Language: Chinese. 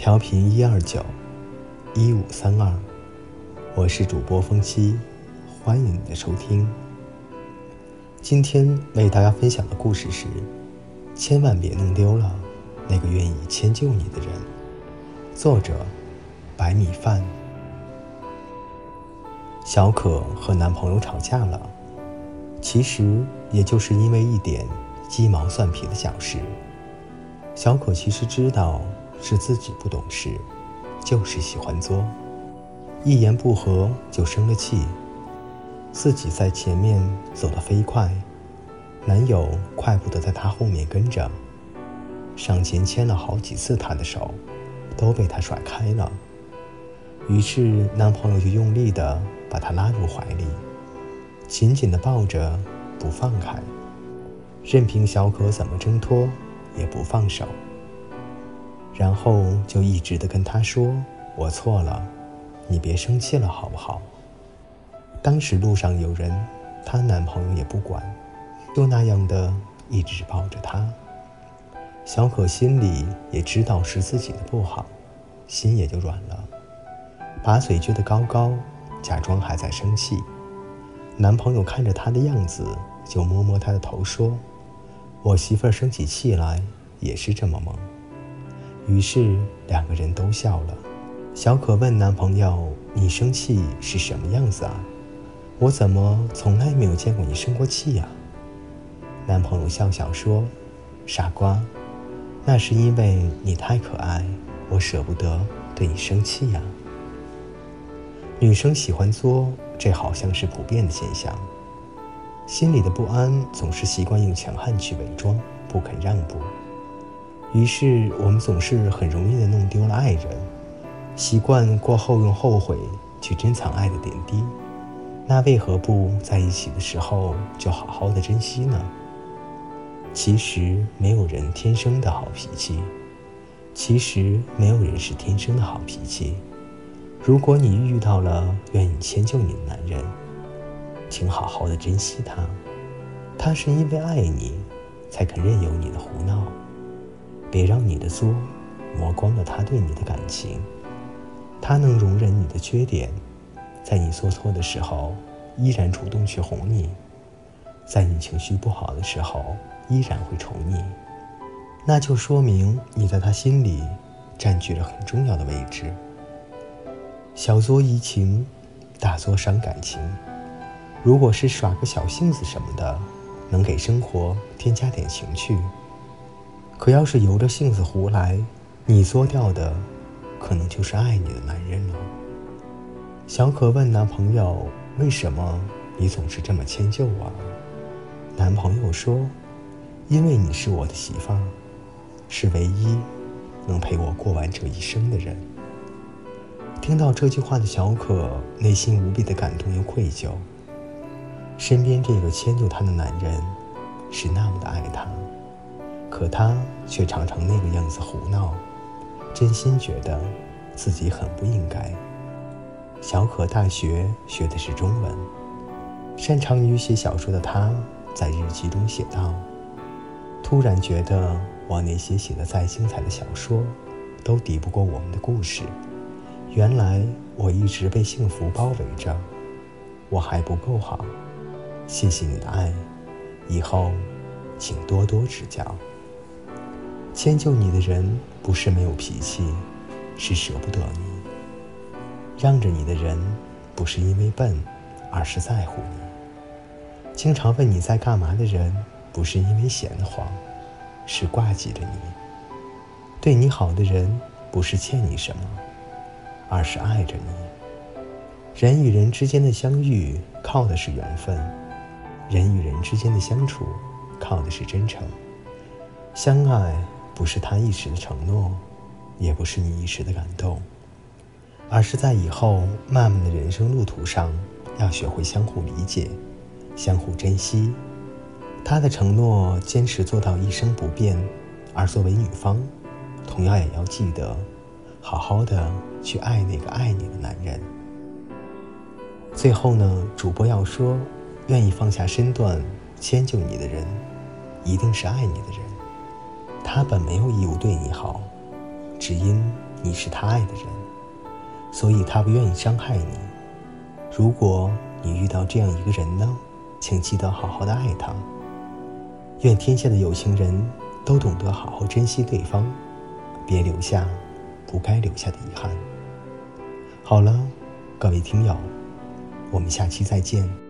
调频1291532，我是主播风七，欢迎你的收听。今天为大家分享的故事是：千万别弄丢了那个愿意迁就你的人。作者：白米饭。小可和男朋友吵架了，其实也就是因为一点鸡毛蒜皮的小事。小可其实知道是自己不懂事，就是喜欢作，一言不合就生了气，自己在前面走得飞快，男友快步地在她后面跟着，上前牵了好几次她的手，都被她甩开了。于是男朋友就用力地把她拉入怀里，紧紧地抱着不放开，任凭小可怎么挣脱也不放手，然后就一直地跟她说：我错了，你别生气了好不好？当时路上有人，她男朋友也不管，就那样的一直抱着她。小可心里也知道是自己的不好，心也就软了，把嘴撅得高高，假装还在生气。男朋友看着她的样子，就摸摸她的头说：我媳妇儿生起气来也是这么萌。于是两个人都笑了。小可问男朋友：你生气是什么样子啊？我怎么从来没有见过你生过气呀？男朋友笑笑说：傻瓜，那是因为你太可爱，我舍不得对你生气呀。女生喜欢作，这好像是普遍的现象。心里的不安总是习惯用强悍去伪装，不肯让步。于是我们总是很容易地弄丢了爱人，习惯过后用后悔去珍藏爱的点滴。那为何不在一起的时候就好好的珍惜呢？其实没有人天生的好脾气，其实没有人是天生的好脾气。如果你遇到了愿意迁就你的男人，请好好的珍惜他，他是因为爱你才肯任由你的胡闹，别让你的作磨光了他对你的感情。他能容忍你的缺点，在你做错的时候依然主动去哄你，在你情绪不好的时候依然会宠你，那就说明你在他心里占据了很重要的位置。小作怡情，大作伤感情。如果是耍个小性子什么的，能给生活添加点情趣。可要是由着性子胡来，你作掉的可能就是爱你的男人了。小可问男朋友：为什么你总是这么迁就我？男朋友说：因为你是我的媳妇儿，是唯一能陪我过完这一生的人。听到这句话的小可内心无比的感动又愧疚，身边这个迁就她的男人是那么的爱她，可她却常常那个样子胡闹，真心觉得自己很不应该。小可大学学的是中文，擅长于写小说的她在日记中写道：突然觉得我那些写的再精彩的小说都敌不过我们的故事，原来我一直被幸福包围着，我还不够好，谢谢你的爱，以后请多多指教。迁就你的人不是没有脾气，是舍不得你。让着你的人不是因为笨，而是在乎你。经常问你在干嘛的人不是因为闲得慌，是挂记着你。对你好的人不是欠你什么，而是爱着你。人与人之间的相遇靠的是缘分，人与人之间的相处靠的是真诚。相爱不是他一时的承诺，也不是你一时的感动，而是在以后漫漫的人生路途上要学会相互理解，相互珍惜。他的承诺坚持做到一生不变，而作为女方同样也要记得好好的去爱那个爱你的男人。最后呢，主播要说，愿意放下身段迁就你的人一定是爱你的人，他本没有义务对你好，只因你是他爱的人，所以他不愿意伤害你。如果你遇到这样一个人呢，请记得好好的爱他。愿天下的有情人都懂得好好珍惜对方，别留下不该留下的遗憾。好了，各位听友，我们下期再见。